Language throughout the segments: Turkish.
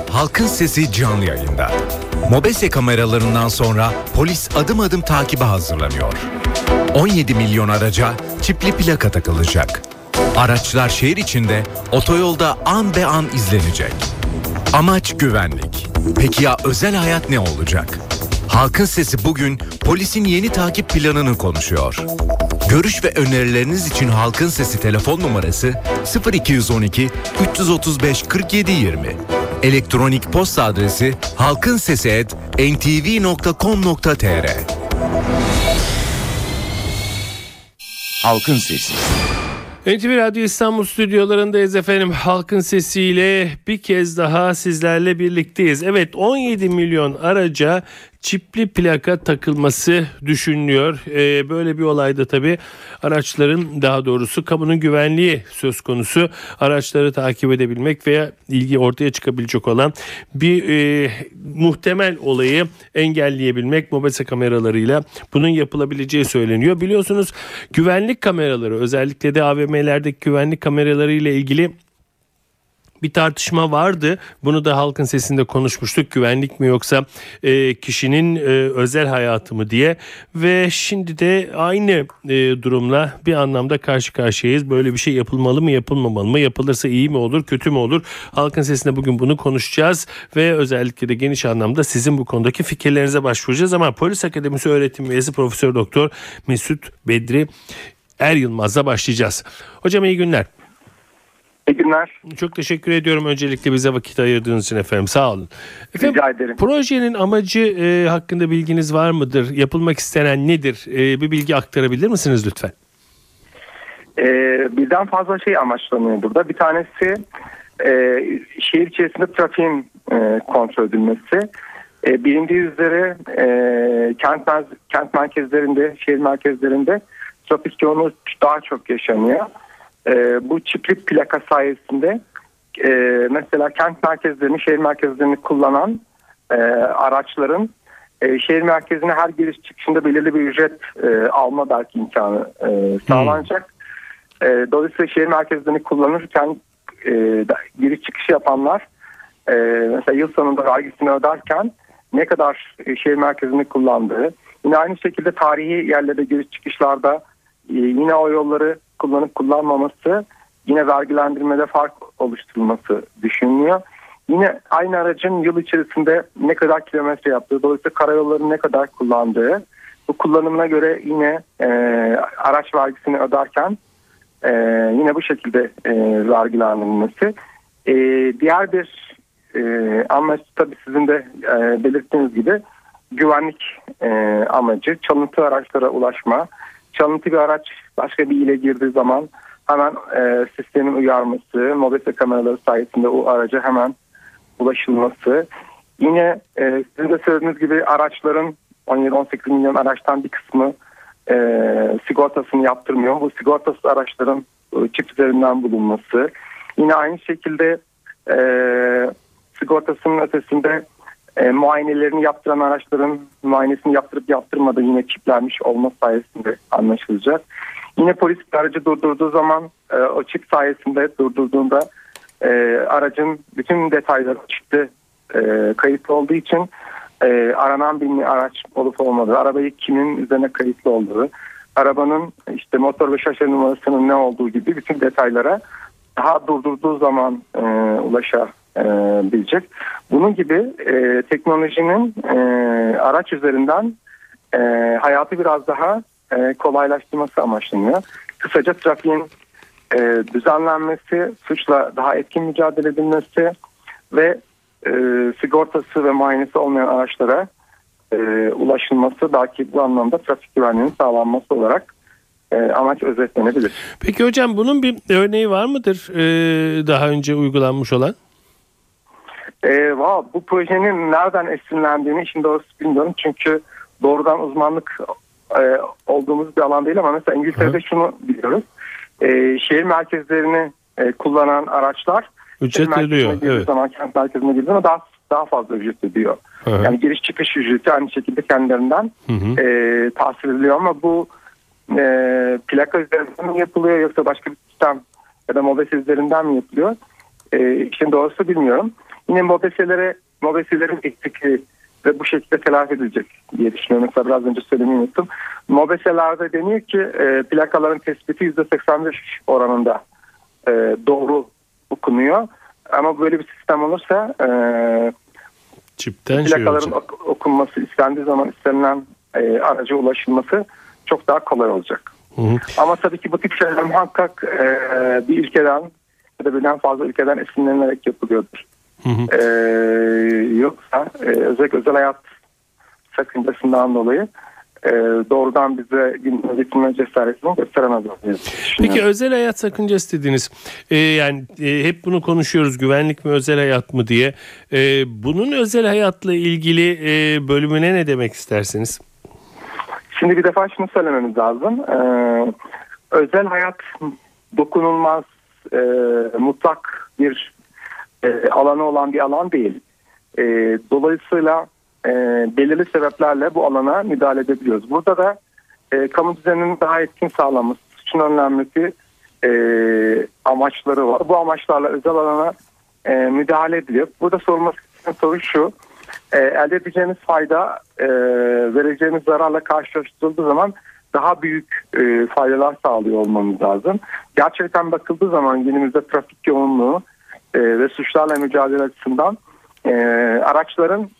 Halkın Sesi canlı yayında. Mobese kameralarından sonra polis adım adım takibe hazırlanıyor. 17 milyon araca çipli plaka takılacak. Araçlar şehir içinde, otoyolda an be an izlenecek. Amaç güvenlik. Peki ya özel hayat ne olacak? Halkın Sesi bugün polisin yeni takip planını konuşuyor. Görüş ve önerileriniz için Halkın Sesi telefon numarası 0212 335 47 20. Elektronik posta adresi halkinsesi@ntv.com.tr. Halkın Sesi. NTV Radyo İstanbul stüdyolarındayız efendim. Halkın Sesi'yle bir kez daha sizlerle birlikteyiz. Evet, 17 milyon araca çipli plaka takılması düşünülüyor. Böyle bir olayda tabii araçların, daha doğrusu kamunun güvenliği söz konusu. Araçları takip edebilmek veya ilgi ortaya çıkabilecek olan bir muhtemel olayı engelleyebilmek mobese kameralarıyla bunun yapılabileceği söyleniyor. Biliyorsunuz güvenlik kameraları, özellikle de AVM'lerdeki güvenlik kameraları ile ilgili bir tartışma vardı. Bunu da Halkın Sesi'nde konuşmuştuk. Güvenlik mi yoksa kişinin özel hayatı mı diye. Ve şimdi de aynı durumla bir anlamda karşı karşıyayız. Böyle bir şey yapılmalı mı, yapılmamalı mı? Yapılırsa iyi mi olur, kötü mü olur? Halkın Sesi'nde bugün bunu konuşacağız. Ve özellikle de geniş anlamda sizin bu konudaki fikirlerinize başvuracağız. Ama Polis Akademisi öğretim üyesi Profesör Doktor Mesut Bedri Er Yılmaz'la başlayacağız. Hocam iyi günler. İyi günler. Çok teşekkür ediyorum öncelikle bize vakit ayırdığınız için efendim. Sağ olun. Efendim, rica ederim. Projenin amacı hakkında bilginiz var mıdır? Yapılmak istenen nedir? Bir bilgi aktarabilir misiniz lütfen? Birden fazla şey amaçlanıyor burada. Bir tanesi şehir içerisinde trafiğin kontrol edilmesi. Bilindiği üzere kent merkezlerinde, şehir merkezlerinde trafik yoğunluğu daha çok yaşanıyor. Bu çipli plaka sayesinde mesela kent merkezlerini, şehir merkezlerini kullanan araçların şehir merkezine her giriş çıkışında belirli bir ücret alma belki imkanı sağlanacak. Dolayısıyla şehir merkezlerini kullanırken giriş çıkış yapanlar mesela yıl sonunda vergisini öderken ne kadar şehir merkezini kullandığı, yine aynı şekilde tarihi yerlere giriş çıkışlarda yine o yolları kullanıp kullanmaması, yine vergilendirmede fark oluşturulması düşünülüyor. Yine aynı aracın yıl içerisinde ne kadar kilometre yaptığı, dolayısıyla karayollarını ne kadar kullandığı, bu kullanımına göre yine araç vergisini öderken yine bu şekilde vergilendirilmesi. Diğer bir amaç tabii sizin de belirttiğiniz gibi güvenlik amacı, çalıntı araçlara ulaşma. Çalıntı bir araç başka bir ile girdiği zaman hemen sistemin uyarması, mobese kameraları sayesinde o araca hemen ulaşılması. Yine sizin de söylediğiniz gibi araçların 17-18 milyon araçtan bir kısmı sigortasını yaptırmıyor. Bu sigortasız araçların çip üzerinden bulunması. Yine aynı şekilde sigortasının ötesinde muayenelerini yaptıran araçların muayenesini yaptırıp yaptırmadığı yine çiplenmiş olma sayesinde anlaşılacak. Yine polis aracı durdurduğu zaman o çip sayesinde durdurduğunda aracın bütün detayları çipte kayıtlı olduğu için aranan bir araç olup olmadığı, arabayı kimin üzerine kayıtlı olduğu, arabanın işte motor ve şase numarasının ne olduğu gibi bütün detaylara daha durdurduğu zaman ulaşabilecek. Bunun gibi teknolojinin araç üzerinden hayatı biraz daha kolaylaştırması amaçlanıyor. Kısaca trafiğin düzenlenmesi, suçla daha etkin mücadele edilmesi ve sigortası ve muayenesi olmayan araçlara ulaşılması, belki bu anlamda trafik güvenliğinin sağlanması olarak amaç özetlenebilir. Peki hocam, bunun bir örneği var mıdır daha önce uygulanmış olan? Bu projenin nereden esinlendiğini işin doğrusu bilmiyorum. Çünkü doğrudan uzmanlık olduğumuz bir alan değil ama mesela İngiltere'de şunu biliyoruz. Şehir merkezlerini kullanan araçlar ücret ödüyor. Evet. Zaman kent merkezine girdiği zaman daha fazla ücret ödüyor. Hı-hı. Yani giriş çıkış ücreti aynı şekilde kendilerinden tahsil ediliyor ama bu plaka üzerinden mi yapılıyor yoksa başka bir sistem ya da mobese üzerinden mi yapılıyor? İşin doğrusu bilmiyorum. Yine mobeselerin eksikliği ve bu şekilde telafi edilecek diye düşünüyorum. Mesela biraz önce söylemeyi unuttum. Mobeselerde deniyor ki plakaların tespiti %85 oranında doğru okunuyor. Ama böyle bir sistem olursa çipten plakaların okunması istendiği zaman istenilen araca ulaşılması çok daha kolay olacak. Ama tabii ki bu tip şeyler muhakkak bir ülkeden ya da birden fazla ülkeden esinlenerek yapılıyordur. Yoksa özel hayat sakıncasından dolayı doğrudan bize gündeme getirme cesaretini gösteremez. Peki özel hayat sakıncası dediniz. Yani hep bunu konuşuyoruz, güvenlik mi özel hayat mı diye. Bunun özel hayatla ilgili bölümüne ne demek istersiniz? Şimdi bir defa şunu söylememiz lazım. Özel hayat dokunulmaz, mutlak bir alanı olan bir alan değil. Dolayısıyla belirli sebeplerle bu alana müdahale edebiliyoruz. Burada da kamu düzeninin daha etkin sağlanması, suçun önlenmesi amaçları var. Bu amaçlarla özel alana müdahale ediliyor. Burada sorulması gereken soru şu: elde edeceğimiz fayda vereceğimiz zararla karşılaştırıldığı zaman daha büyük faydalar sağlıyor olmamız lazım. Gerçekten bakıldığı zaman günümüzde trafik yoğunluğu ve suçlarla mücadele açısından araçların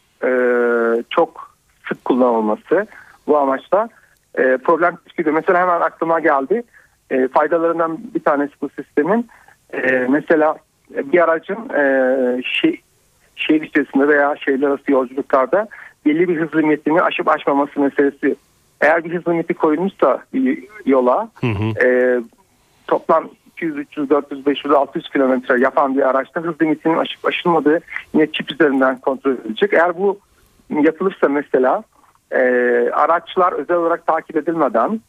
çok sık kullanılması bu amaçla problem çıkıyor. Mesela hemen aklıma geldi. Faydalarından bir tanesi bu sistemin. Mesela bir aracın şehir içerisinde veya şehirler arası yolculuklarda belli bir hız limitini aşıp aşmaması meselesi. Eğer bir hız limiti koyulmuşsa bir yola toplam 200, 300, 400, 500, 600 kilometre yapan bir araçta hız limitinin aşıp aşılmadığı yine çip üzerinden kontrol edilecek. Eğer bu yapılırsa mesela araçlar özel olarak takip edilmeden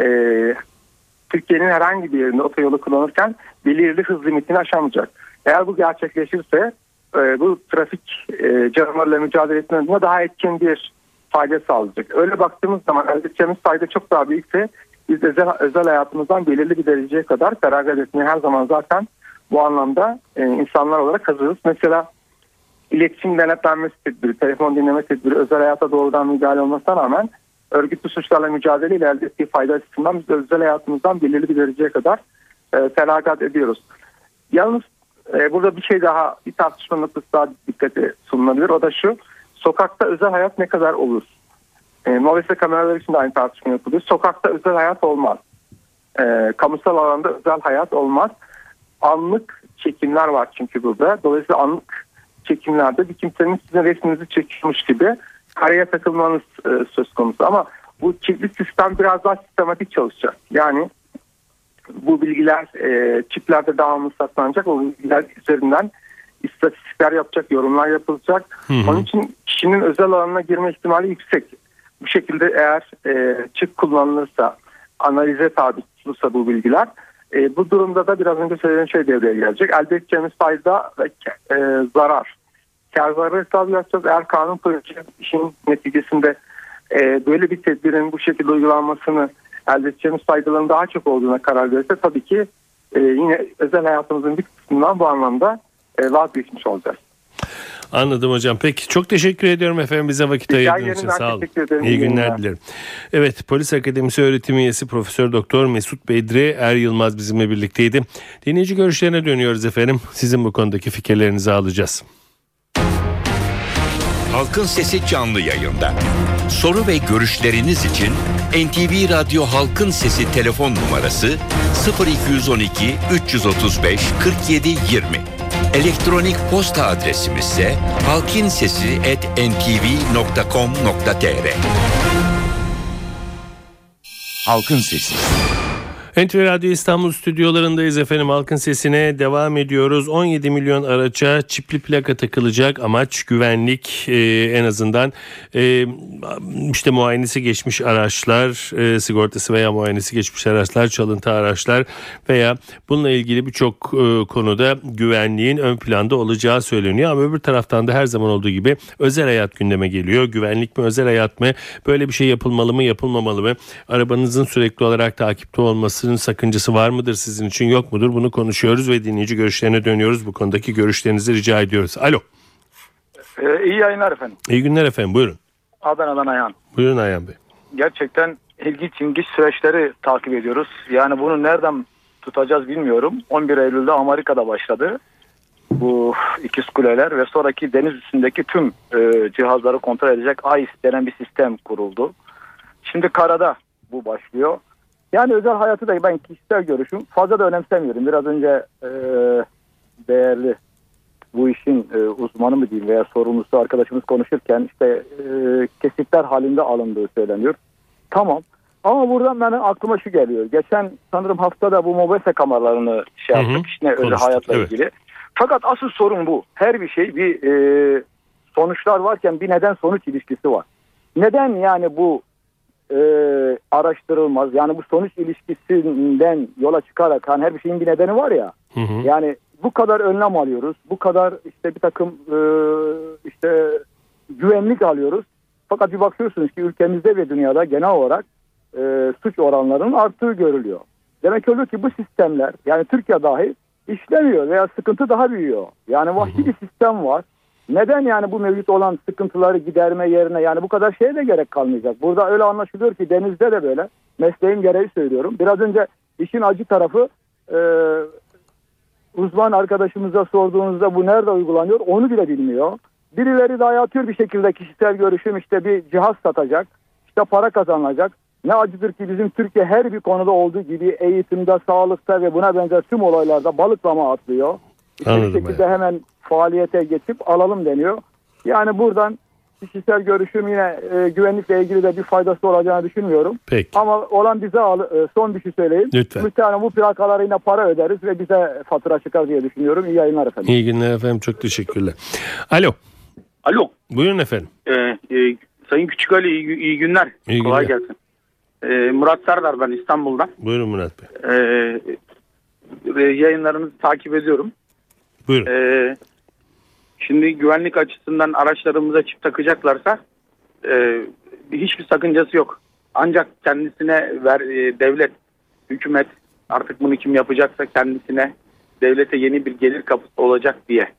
Türkiye'nin herhangi bir yerinde otoyolu kullanırken belirli hız limitini aşamayacak. Eğer bu gerçekleşirse bu trafik canavarlarıyla mücadele etme adına daha etkin bir fayda sağlayacak. Öyle baktığımız zaman elde edeceğimiz fayda çok daha büyükse biz özel hayatımızdan belirli bir dereceye kadar feragat etmeye her zaman zaten bu anlamda insanlar olarak hazırız. Mesela iletişim denetlenmesi tedbiri, telefon dinleme tedbiri özel hayata doğrudan müdahale olmasına rağmen örgütlü suçlarla mücadeleyle elde ettiği fayda açısından biz özel hayatımızdan belirli bir dereceye kadar feragat ediyoruz. Yalnız burada bir şey daha, bir tartışma noktası daha dikkate sunulabilir. O da şu: sokakta özel hayat ne kadar olur? Mobese kameralar için de aynı tartışma yapılıyor. Sokakta özel hayat olmaz. Kamusal alanda özel hayat olmaz. Anlık çekimler var çünkü burada. Dolayısıyla anlık çekimlerde bir kimsenin sizin resminizi çekiyormuş gibi kareye takılmanız söz konusu. Ama bu çipli sistem biraz daha sistematik çalışacak. Yani bu bilgiler çiplerde devamlı saklanacak. O bilgiler üzerinden istatistikler yapacak, yorumlar yapılacak. Onun için kişinin özel alanına girme ihtimali yüksek. Bu şekilde eğer çip kullanılırsa, analize tabi tutulursa bu bilgiler, bu durumda da biraz önce söylediğim şey devreye gelecek. Elde edeceğimiz fayda ve zarar. Kar zararı hesabı yapacağız. Eğer kanun koyucu işin neticesinde böyle bir tedbirin bu şekilde uygulanmasını, elde edeceğimiz faydaların daha çok olduğuna karar verirse tabii ki yine özel hayatımızın bir kısmından bu anlamda vazgeçmiş olacağız. Anladım hocam. Peki çok teşekkür ediyorum efendim bize vakit ayırdığınız için. Sağ olun. İyi günler dilerim. Evet, Polis Akademisi öğretim üyesi Profesör Doktor Mesut Bedri Er Yılmaz bizimle birlikteydi. Dinleyici görüşlerine dönüyoruz efendim. Sizin bu konudaki fikirlerinizi alacağız. Halkın Sesi canlı yayında. Soru ve görüşleriniz için NTV Radyo Halkın Sesi telefon numarası 0212 335 47 20. Elektronik posta adresimiz ise halkinsesi@ntv.com.tr. Halkın Sesi. NTV Radyo İstanbul stüdyolarındayız efendim. Halkın Sesi'ne devam ediyoruz. 17 milyon araca çipli plaka takılacak. Amaç güvenlik, en azından işte muayenesi geçmiş araçlar, sigortası veya muayenesi geçmiş araçlar, çalıntı araçlar veya bununla ilgili birçok konuda güvenliğin ön planda olacağı söyleniyor. Ama öbür taraftan da her zaman olduğu gibi özel hayat gündeme geliyor. Güvenlik mi, özel hayat mı? Böyle bir şey yapılmalı mı, yapılmamalı mı? Arabanızın sürekli olarak takipte olması sakıncası var mıdır sizin için, yok mudur? Bunu konuşuyoruz ve dinleyici görüşlerine dönüyoruz. Bu konudaki görüşlerinizi rica ediyoruz. Alo. İyi yayınlar efendim. İyi günler efendim, buyurun. Adana'dan Ayhan. Buyurun Ayhan Bey. Gerçekten ilginç süreçleri takip ediyoruz. Yani bunu nereden tutacağız bilmiyorum. 11 Eylül'de Amerika'da başladı bu ikiz kuleler ve sonraki deniz üstündeki tüm cihazları kontrol edecek AIS denen bir sistem kuruldu. Şimdi karada bu başlıyor. Yani özel hayatı da ben kişisel görüşüm fazla da önemsemiyorum. Biraz önce değerli bu işin uzmanı mı diyeyim veya sorumlusu arkadaşımız konuşurken işte kesitler halinde alındığı söyleniyor. Tamam. Ama buradan benim aklıma şu geliyor. Geçen sanırım haftada bu mobese kameralarını yaptık. İşte özel hayatla ilgili. Fakat asıl sorun bu. Her bir şey bir sonuçlar varken bir neden sonuç ilişkisi var. Neden yani bu araştırılmaz? Yani bu sonuç ilişkisinden yola çıkarak hani her bir şeyin bir nedeni var ya. Yani bu kadar önlem alıyoruz. Bu kadar işte bir takım işte güvenlik alıyoruz. Fakat bir bakıyorsunuz ki ülkemizde ve dünyada genel olarak suç oranlarının arttığı görülüyor. Demek oluyor ki bu sistemler yani Türkiye dahil işlemiyor veya sıkıntı daha büyüyor. Yani vahşi bir sistem var. Neden yani bu mevcut olan sıkıntıları giderme yerine yani bu kadar şeye de gerek kalmayacak. Burada öyle anlaşılıyor ki denizde de böyle. Mesleğim gereği söylüyorum. Biraz önce işin acı tarafı uzman arkadaşımıza sorduğunuzda bu nerede uygulanıyor onu bile bilmiyor. Birileri dayatıyor bir şekilde kişisel görüşüm işte bir cihaz satacak. İşte para kazanılacak. Ne acıdır ki bizim Türkiye her bir konuda olduğu gibi eğitimde, sağlıkta ve buna benzer tüm olaylarda balıklama atlıyor. İşte bir şekilde hemen faaliyete geçip alalım deniyor. Yani buradan kişisel görüşüm yine güvenlikle ilgili de bir faydası olacağını düşünmüyorum. Peki. Ama olan bize son bir şey söyleyeyim. Lütfen. Muhtemelen bu plakalara yine para öderiz ve bize fatura çıkar diye düşünüyorum. İyi yayınlar efendim. İyi günler efendim, çok teşekkürler. Alo. Alo. Buyurun efendim. Sayın Küçük Ali iyi günler. İyi Kolay günler. gelsin. Murat Serdar ben İstanbul'dan. Buyurun Murat Bey. Yayınlarınızı takip ediyorum. Buyurun. Şimdi güvenlik açısından araçlarımıza çip takacaklarsa hiçbir sakıncası yok. Ancak kendisine devlet, hükümet artık bunu kim yapacaksa kendisine devlete yeni bir gelir kapısı olacak diye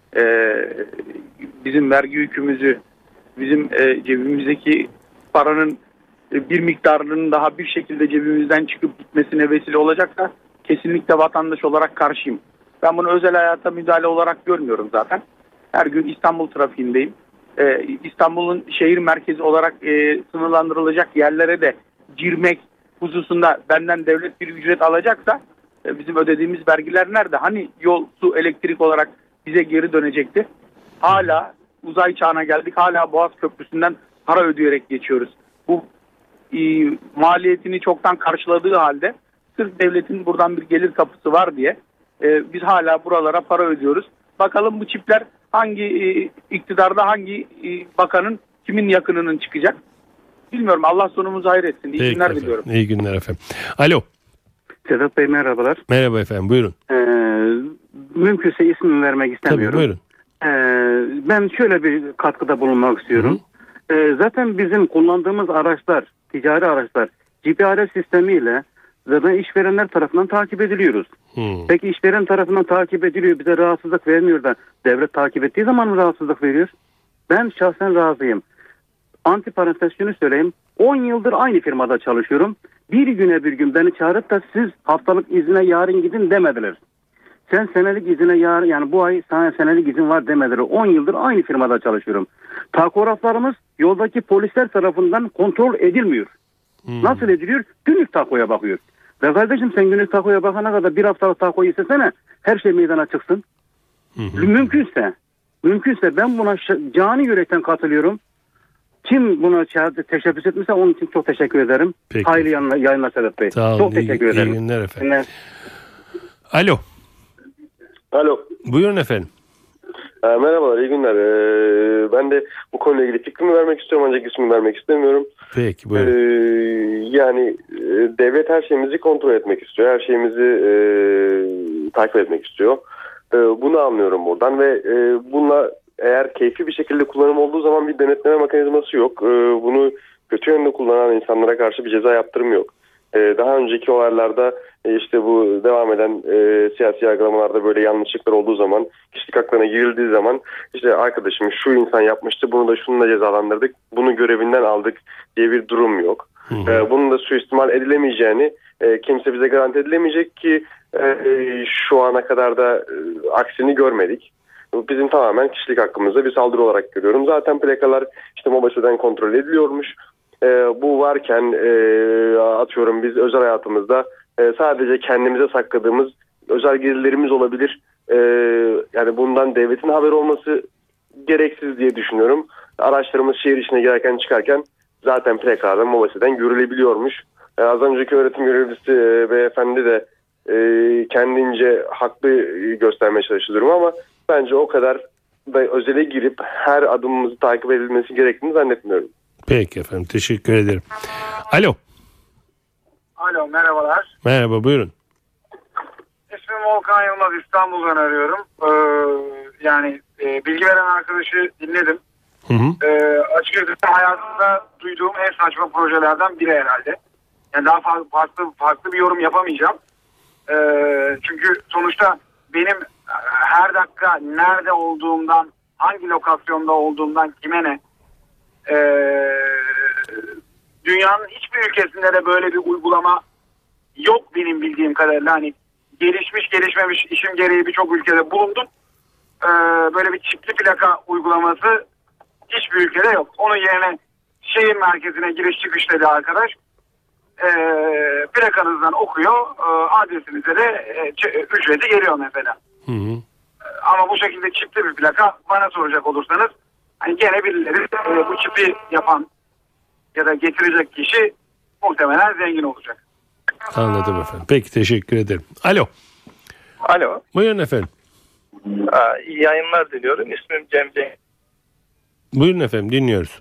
bizim vergi yükümüzü, bizim cebimizdeki paranın bir miktarının daha bir şekilde cebimizden çıkıp gitmesine vesile olacaksa kesinlikle vatandaş olarak karşıyım. Ben bunu özel hayata müdahale olarak görmüyorum zaten. Her gün İstanbul trafiğindeyim. İstanbul'un şehir merkezi olarak sınırlandırılacak yerlere de girmek hususunda benden devlet bir ücret alacaksa bizim ödediğimiz vergiler nerede? Hani yol, su, elektrik olarak bize geri dönecekti. Hala uzay çağına geldik. Hala Boğaz Köprüsü'nden para ödeyerek geçiyoruz. Bu maliyetini çoktan karşıladığı halde sırf devletin buradan bir gelir kapısı var diye biz hala buralara para ödüyoruz. Bakalım bu çipler hangi iktidarda hangi bakanın kimin yakınının çıkacak bilmiyorum. Allah sonumuzu hayır etsin. İyi günler diliyorum. İyi günler efendim. Alo. Sedat Bey merhabalar. Merhaba efendim, buyurun. Mümkünse ismini vermek istemiyorum. Tabii, buyurun. Ben şöyle bir katkıda bulunmak istiyorum. Zaten bizim kullandığımız araçlar, ticari araçlar GPRS sistemiyle zaten işverenler tarafından takip ediliyoruz. Peki işveren tarafından takip ediliyor, bize rahatsızlık vermiyor da devlet takip ettiği zaman mı rahatsızlık veriyor? Ben şahsen razıyım. Antiparantez şunu söyleyeyim. 10 yıldır aynı firmada çalışıyorum. Bir gün beni çağırıp da siz haftalık izine yarın gidin demediler. Sen senelik izine yarın, yani bu ay sana senelik izin var demediler. 10 yıldır aynı firmada çalışıyorum. Takograflarımız yoldaki polisler tarafından kontrol edilmiyor. Nasıl ediliyor? Günlük takoya bakıyor. Ve kardeşim sen günlük takoya bakana kadar bir haftalık takoyu istesene, her şey meydana çıksın. Mümkünse ben buna cani yürekten katılıyorum. Kim buna teşebbüs etmişse onun için çok teşekkür ederim. Peki. Hayırlı yayınlar Sedat Bey. Sağ olun. Çok teşekkür ederim. İyi günler efendim. Alo. Alo. Buyurun efendim. Merhabalar, iyi günler. Ben de bu konuyla ilgili fikrimi vermek istiyorum ancak ismini vermek istemiyorum. Peki, buyurun. Yani devlet her şeyimizi kontrol etmek istiyor. Her şeyimizi takip etmek istiyor. Bunu anlıyorum buradan ve bununla eğer keyfi bir şekilde kullanım olduğu zaman bir denetleme mekanizması yok. Bunu kötü yönde kullanan insanlara karşı bir ceza yaptırımı yok. Daha önceki olaylarda işte bu devam eden siyasi yargılamalarda böyle yanlışlıklar olduğu zaman, kişilik haklarına girildiği zaman işte arkadaşım şu insan yapmıştı, bunu da şununla cezalandırdık, bunu görevinden aldık diye bir durum yok. Bunun da suistimal edilemeyeceğini kimse bize garanti edilemeyecek ki şu ana kadar da aksini görmedik. Bizim tamamen kişilik hakkımızda bir saldırı olarak görüyorum. Zaten plakalar işte MOBESE'den kontrol ediliyormuş. Bu varken atıyorum biz özel hayatımızda sadece kendimize sakladığımız özel gizlilerimiz olabilir. Yani bundan devletin haberi olması gereksiz diye düşünüyorum. Araçlarımız şehir içine girerken çıkarken zaten plakalardan MOBESE'den görülebiliyormuş. Az önceki öğretim görevlisi beyefendi de kendince haklı göstermeye çalışıyorum ama bence o kadar da özele girip her adımımızı takip edilmesi gerektiğini zannetmiyorum. Peki efendim, teşekkür ederim. Alo. Alo, merhabalar. Merhaba, buyurun. İsmim Volkan Yılmaz, İstanbul'dan arıyorum. Bilgi veren arkadaşı dinledim. Açıkçası hayatımda duyduğum en saçma projelerden biri herhalde. Yani daha farklı bir yorum yapamayacağım. Çünkü sonuçta benim her dakika nerede olduğumdan, hangi lokasyonda olduğumdan kime ne? Dünyanın hiçbir ülkesinde de böyle bir uygulama yok benim bildiğim kadarıyla. Hani gelişmiş gelişmemiş işim gereği birçok ülkede bulundum. Böyle bir çipli plaka uygulaması hiçbir ülkede yok. Onun yerine şehir merkezine giriş çıkış dedi arkadaş. Plakanızdan okuyor, adresinize de ücreti geliyor mesela. Ama bu şekilde çipli bir plaka, bana soracak olursanız hani gene birileri bu çipi yapan ya da getirecek kişi muhtemelen zengin olacak. Anladım efendim. Peki, teşekkür ederim. Alo. Alo. Buyurun efendim. İyi yayınlar diliyorum. İsmim Cem Cenk. Buyurun efendim, dinliyoruz.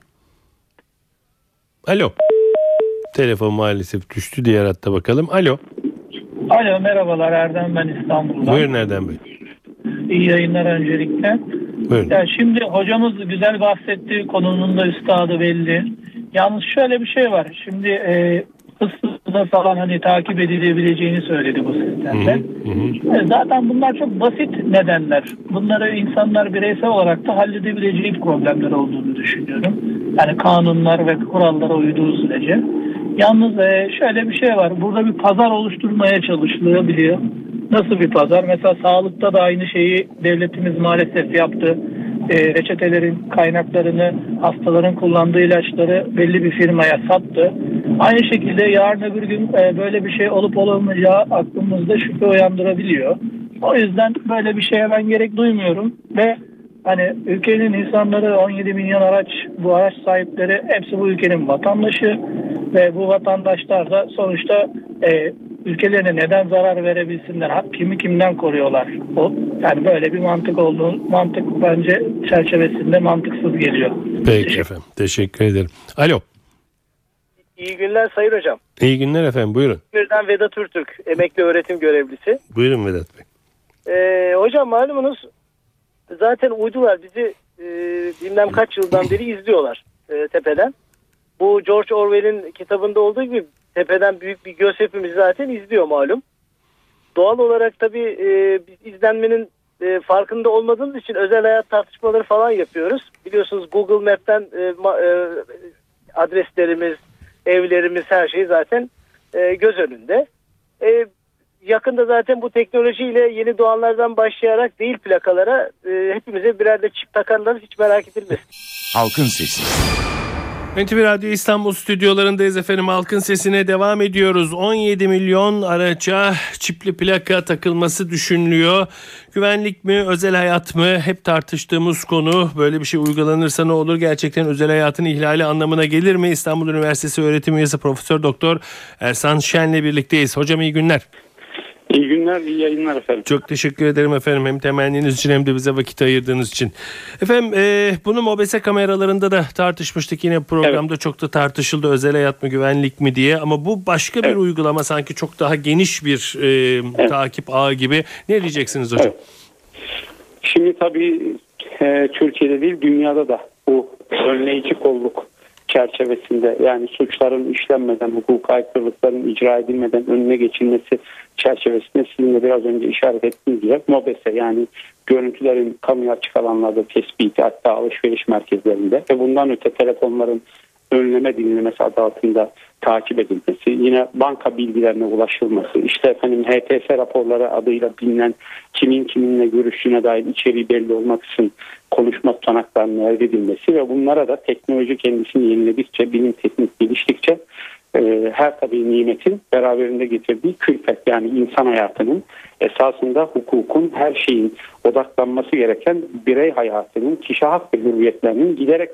Alo. Telefon maalesef düştü, diğer hatta bakalım. Alo. Alo, merhabalar, Erdem ben İstanbul'dan. Buyurun Erdem Bey. İyi yayınlar öncelikle. Buyurun. Ya şimdi hocamız güzel bahsetti, konunun da üstadı belli. Yalnız şöyle bir şey var. Şimdi hızlı falan hani takip edilebileceğini söyledi bu sistemde. Zaten bunlar çok basit nedenler. Bunları insanlar bireysel olarak da halledebileceği problemler olduğunu düşünüyorum. Yani kanunlar ve kurallara uyduğu sürece. Yalnız şöyle bir şey var. Burada bir pazar oluşturmaya çalışılabiliyor. Nasıl bir pazar? Mesela sağlıkta da aynı şeyi devletimiz maalesef yaptı. Reçetelerin kaynaklarını, hastaların kullandığı ilaçları belli bir firmaya sattı. Aynı şekilde yarın öbür gün böyle bir şey olup olamayacağı aklımızda şüphe uyandırabiliyor. O yüzden böyle bir şeye ben gerek duymuyorum ve hani ülkenin insanları 17 milyon araç, bu araç sahipleri hepsi bu ülkenin vatandaşı ve bu vatandaşlar da sonuçta ülkelerine neden zarar verebilsinler, kimi kimden koruyorlar? Yani böyle bir mantık bence çerçevesinde mantıksız geliyor. Peki efendim, teşekkür ederim. Alo. İyi günler Sayın Hocam. İyi günler efendim, buyurun. İzmir'den Vedat Ürtürk, emekli öğretim görevlisi. Buyurun Vedat Bey. Hocam malumunuz zaten uydular bizi bilmem kaç yıldan beri izliyorlar tepeden. Bu George Orwell'in kitabında olduğu gibi tepeden büyük bir göz hepimizi zaten izliyor malum. Doğal olarak tabii biz izlenmenin farkında olmadığımız için özel hayat tartışmaları falan yapıyoruz. Biliyorsunuz Google Map'ten adreslerimiz, evlerimiz, her şey zaten göz önünde. Yakında zaten bu teknolojiyle yeni doğanlardan başlayarak değil plakalara hepimize birer de çip takarlar, hiç merak edilmesin. Halkın Sesi. NTV Radyo İstanbul stüdyolarındayız efendim. Halkın Sesi'ne devam ediyoruz. 17 milyon araca çipli plaka takılması düşünülüyor. Güvenlik mi, özel hayat mı? Hep tartıştığımız konu. Böyle bir şey uygulanırsa ne olur? Gerçekten özel hayatın ihlali anlamına gelir mi? İstanbul Üniversitesi öğretim üyesi Profesör Doktor Ersan Şen'le birlikteyiz. Hocam iyi günler. İyi günler, iyi yayınlar efendim. Çok teşekkür ederim efendim. Hem temenniniz için hem de bize vakit ayırdığınız için. Efendim bunu MOBESE kameralarında da tartışmıştık. Yine programda evet. Çok da tartışıldı, özel hayat mı güvenlik mi diye. Ama bu başka bir uygulama, sanki çok daha geniş bir takip ağı gibi. Ne diyeceksiniz hocam? Evet. Şimdi tabii Türkiye'de değil dünyada da bu önleyici kolluk çerçevesinde, yani suçların işlenmeden, hukuk aykırılıkların icra edilmeden önüne geçilmesi çerçevesinde sizin de biraz önce işaret ettiğiniz gibi MOBESE, yani görüntülerin kamuya açık alanlarda tespiti, hatta alışveriş merkezlerinde ve bundan öte telefonların önleme dinlemesi adı altında takip edilmesi, yine banka bilgilerine ulaşılması, işte efendim HTS raporları adıyla bilinen kimin kiminle görüştüğüne dair içeriği belli olmak için konuşma tutanaklarının elde edilmesi ve bunlara da teknoloji kendisini yeniledikçe, bilim teknik geliştikçe her tabii nimetin beraberinde getirdiği külfet, yani insan hayatının esasında hukukun, her şeyin odaklanması gereken birey hayatının, kişi hak ve hürriyetlerinin giderek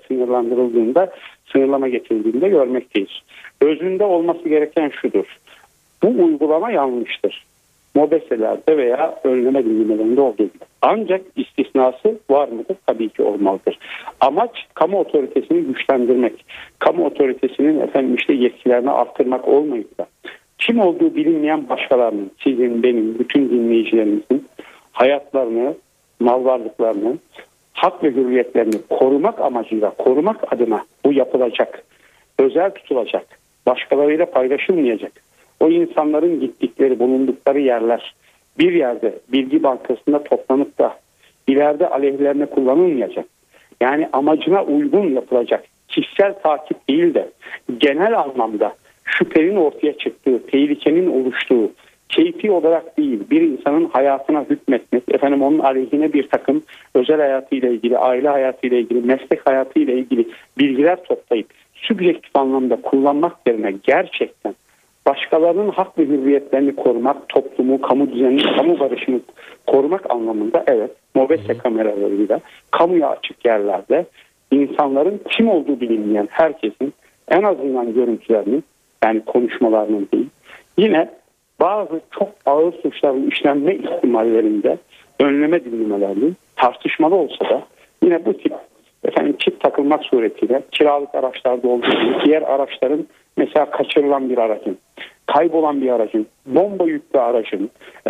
sınırlama getirildiğinde görmekteyiz. Özünde olması gereken şudur: bu uygulama yanlıştır. MOBESE'lerde veya önleme dinlemelerinde olduğu gibi. Ancak istisnası var mıdır? Tabii ki olmalıdır. Amaç kamu otoritesini güçlendirmek, kamu otoritesinin yetkilerini arttırmak olmayıp da kim olduğu bilinmeyen başkalarının, sizin, benim, bütün dinleyicilerimizin hayatlarını, mal varlıklarını, hak ve hürriyetlerini korumak amacıyla, korumak adına bu yapılacak, özel tutulacak, başkalarıyla paylaşılmayacak. O insanların gittikleri, bulundukları yerler bir yerde bilgi bankasında toplanıp da ileride aleyhlerine kullanılmayacak. Yani amacına uygun yapılacak, kişisel takip değil de genel anlamda şüphenin ortaya çıktığı, tehlikenin oluştuğu, keyfi olarak değil, bir insanın hayatına hükmetmek, onun aleyhine bir takım özel hayatıyla ilgili, aile hayatıyla ilgili, meslek hayatıyla ilgili bilgiler toplayıp sübjektif anlamda kullanmak yerine gerçekten başkalarının hak ve hürriyetlerini korumak, toplumu, kamu düzenini, kamu barışını korumak anlamında MOBESE kameralarıyla kamuya açık yerlerde insanların kim olduğu bilinmeyen herkesin en azından görüntülerinin, yani konuşmalarının değil, yine bazı çok ağır suçların işlenme ihtimallerinde önleme dinlemelerinin tartışmalı olsa da yine bu tip çip takılmak suretiyle kiralık araçlarda olduğu gibi diğer araçların, mesela kaçırılan bir aracın, kaybolan bir aracın, bomba yüklü aracın,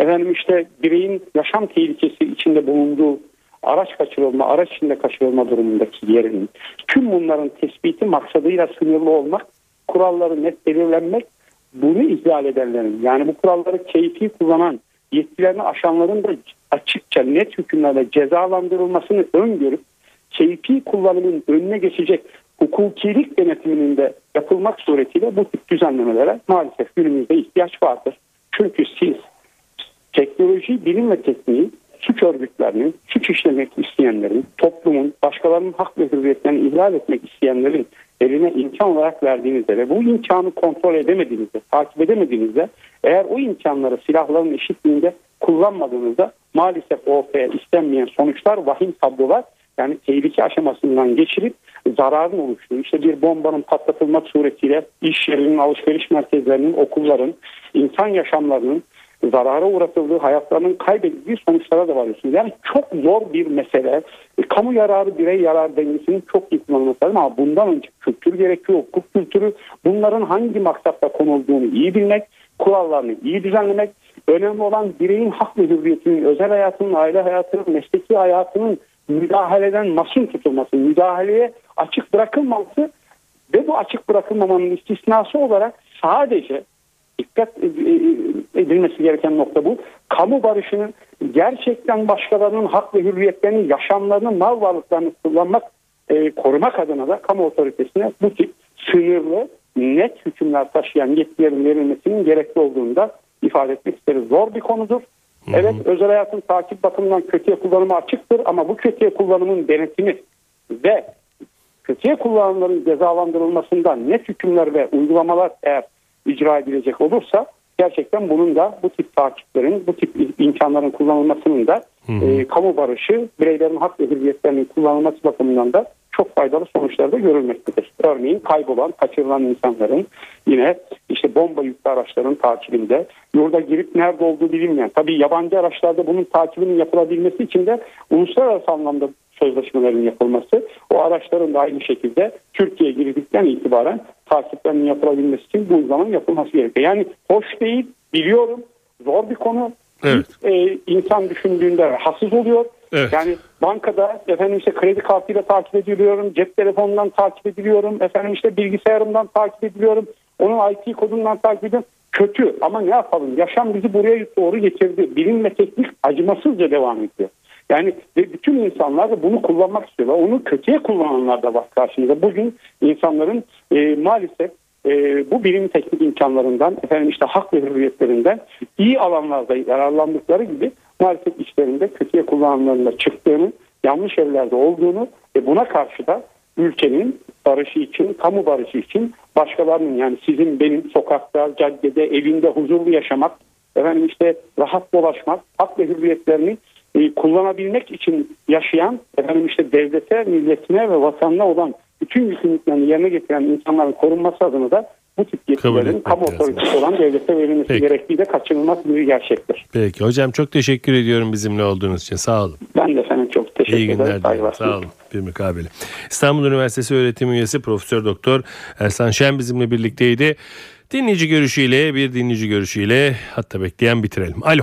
bireyin yaşam tehlikesi içinde bulunduğu araç içinde kaçırılma durumundaki yerinin, tüm bunların tespiti maksadıyla sınırlı olmak, kuralları net belirlenmek, bunu ihlal edenlerin, yani bu kuralları keyfi kullanan, yetkilerini aşanların da açıkça net hükümlerle cezalandırılmasını öngörüp keyfi kullanımın önüne geçecek hukukilik denetiminin de yapılmak suretiyle bu tip düzenlemelere maalesef günümüzde ihtiyaç vardır. Çünkü siz teknoloji, bilim ve tekniği suç örgütlerinin, suç işlemek isteyenlerin, toplumun, başkalarının hak ve hürriyetlerini ihlal etmek isteyenlerin eline imkan olarak verdiğinizde ve bu imkanı kontrol edemediğinizde, takip edemediğinizde, eğer o imkanları silahların eşitliğinde kullanmadığınızda maalesef ortaya istenmeyen sonuçlar, vahim tablolar, yani tehlike aşamasından geçirip zararın oluştuğu, bir bombanın patlatılmak suretiyle iş yerinin, alışveriş merkezlerinin, okulların, insan yaşamlarının zarara uğratıldığı, hayatlarının kaybedildiği sonuçlara da varıyorsunuz. Yani çok zor bir mesele. Kamu yararı, birey yararı dengesinin çok iyi kullanılması lazım ama bundan önce kültür gerekiyor, hukuk kültürü. Bunların hangi maksatla konulduğunu iyi bilmek, kurallarını iyi düzenlemek, önemli olan bireyin hak ve hürriyetinin, özel hayatının, aile hayatının, mesleki hayatının müdahaleden masum tutulması, müdahaleye açık bırakılmaması ve bu açık bırakılmamanın istisnası olarak sadece dikkat edilmesi gereken nokta bu. Kamu barışının gerçekten başkalarının hak ve hürriyetlerini, yaşamlarını, mal varlıklarını korumak adına da kamu otoritesine bu tip sınırlı, net hükümler taşıyan yetkilerin verilmesinin gerekli olduğunu da ifade etmek isteriz. Zor bir konudur. Evet, özel hayatın takip bakımından kötüye kullanımı açıktır ama bu kötüye kullanımın denetimi ve kötüye kullanımların cezalandırılmasından net hükümler ve uygulamalar eğer icra edilecek olursa gerçekten bunun da, bu tip takiplerin, bu tip imkanların kullanılmasının da kamu barışı, bireylerin hak ve hürriyetlerinin kullanılması bakımından da çok faydalı sonuçlar da görülmektedir. Örneğin kaybolan, kaçırılan insanların, yine bomba yüklü araçların takibinde, yurda girip nerede olduğu bilinmeyen, tabii yabancı araçlarda bunun takibinin yapılabilmesi için de uluslararası anlamda sözleşmelerin yapılması, o araçların da aynı şekilde Türkiye'ye girdikten itibaren takiplerinin yapılabilmesi için bu uygulamanın yapılması gerekiyor. Yani hoş değil, biliyorum, zor bir konu. Evet. İnsan düşündüğünde rahatsız oluyor. Evet. Yani bankada kredi kartıyla takip ediliyorum, cep telefonundan takip ediliyorum, bilgisayarımdan takip ediliyorum, onun IP kodundan takip ediyorum. Kötü ama ne yapalım? Yaşam bizi buraya doğru getirdi. Bilim ve teknik acımasızca devam ediyor. Yani ve bütün insanlar da bunu kullanmak istiyorlar. Onu kötüye kullananlar da var karşımıza. Bugün insanların maalesef bu bilim teknik imkanlarından, hak ve hürriyetlerinden iyi alanlarda yararlandıkları gibi maalesef işlerinde kötüye kullananların da çıktığını, yanlış ellerde olduğunu ve buna karşı da ülkenin barışı için, kamu barışı için başkalarının, yani sizin, benim sokakta, caddede, evinde huzurlu yaşamak, rahat dolaşmak, hak ve hürriyetlerini kullanabilmek için yaşayan, devlete, milletine ve vatanına olan bütün yükümlülüklerini yerine getiren insanların korunması adına da bu tip yetkilerin kamu otoritesi olan devlete verilmesi gerektiği de kaçınılmaz bir gerçektir. Peki hocam, çok teşekkür ediyorum bizimle olduğunuz için. Sağ olun. Ben de efendim çok teşekkür ederim. İyi günler dilerim. Sağ olun. Bir mukabele. İstanbul Üniversitesi öğretim üyesi Profesör Doktor Ersan Şen bizimle birlikteydi. Bir dinleyici görüşüyle hatta bekleyen bitirelim. Alo.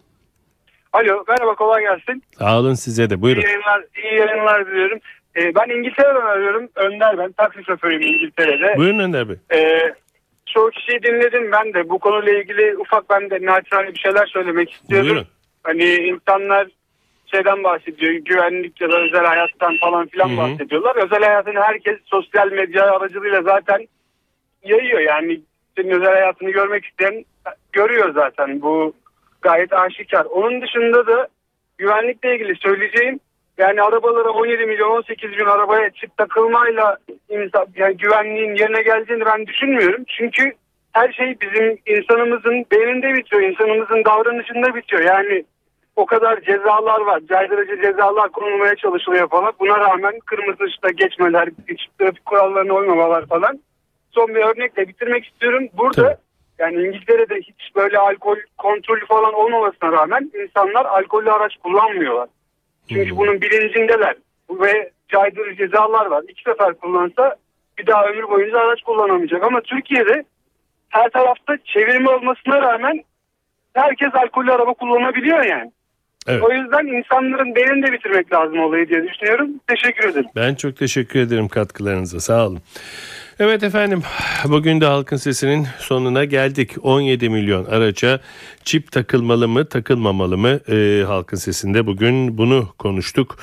Alo, merhaba, kolay gelsin. Sağ olun, size de. Buyurun. İyi yayınlar diliyorum. Ben İngiltere'den arıyorum. Önder ben. Taksi şoförüyüm İngiltere'de. Buyurun Önder Bey. Çoğu kişiyi dinledim. Ben de bu konuyla ilgili ben de naçizane bir şeyler söylemek istiyorum. Buyurun. Hani insanlar şeyden bahsediyor. Güvenlik ya da özel hayattan falan filan bahsediyorlar. Özel hayatını herkes sosyal medya aracılığıyla zaten yayıyor. Yani senin özel hayatını görmek isteyen görüyor zaten. Bu gayet aşikar. Onun dışında da güvenlikle ilgili söyleyeceğim, yani arabalara 17 milyon 18 milyon arabaya çip takılmayla güvenliğin yerine geleceğini ben düşünmüyorum. Çünkü her şey bizim insanımızın beyninde bitiyor, insanımızın davranışında bitiyor. Yani o kadar cezalar var, caydırıcı cezalar konulmaya çalışılıyor falan. Buna rağmen kırmızı ışıkta geçmeler, trafik kurallarına uymamalar falan. Son bir örnekle bitirmek istiyorum. Burada yani İngiltere'de hiç böyle alkol kontrolü falan olmamasına rağmen insanlar alkollü araç kullanmıyorlar. Çünkü bunun bilincindeler ve caydırıcı cezalar var. 2 sefer kullansa bir daha ömür boyunca araç kullanamayacak. Ama Türkiye'de her tarafta çevirme olmasına rağmen herkes alkollü araba kullanabiliyor yani. Evet. O yüzden insanların beynini de bitirmek lazım olayı diye düşünüyorum. Teşekkür ederim. Ben çok teşekkür ederim katkılarınıza. Sağ olun. Evet efendim, bugün de Halkın Sesi'nin sonuna geldik. 17 milyon araca çip takılmalı mı takılmamalı mı? Halkın Sesi'nde bugün bunu konuştuk.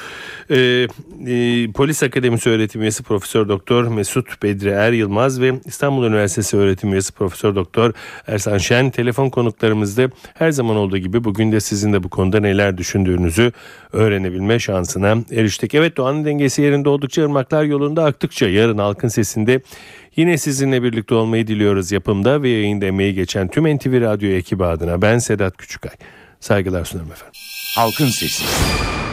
Polis Akademisi öğretim üyesi Profesör Doktor Mesut Bedri Er Yılmaz ve İstanbul Üniversitesi öğretim üyesi Profesör Doktor Ersan Şen telefon konuklarımızda. Her zaman olduğu gibi bugün de sizin de bu konuda neler düşündüğünüzü öğrenebilme şansına eriştik. Evet, doğanın dengesi yerinde oldukça, ırmaklar yolunda aktıkça yarın Halkın Sesi'nde yine sizinle birlikte olmayı diliyoruz. Yapımda ve yayında emeği geçen tüm NTV Radyo ekibi adına ben Sedat Küçükay. Saygılar sunarım efendim. Halkın Sesi.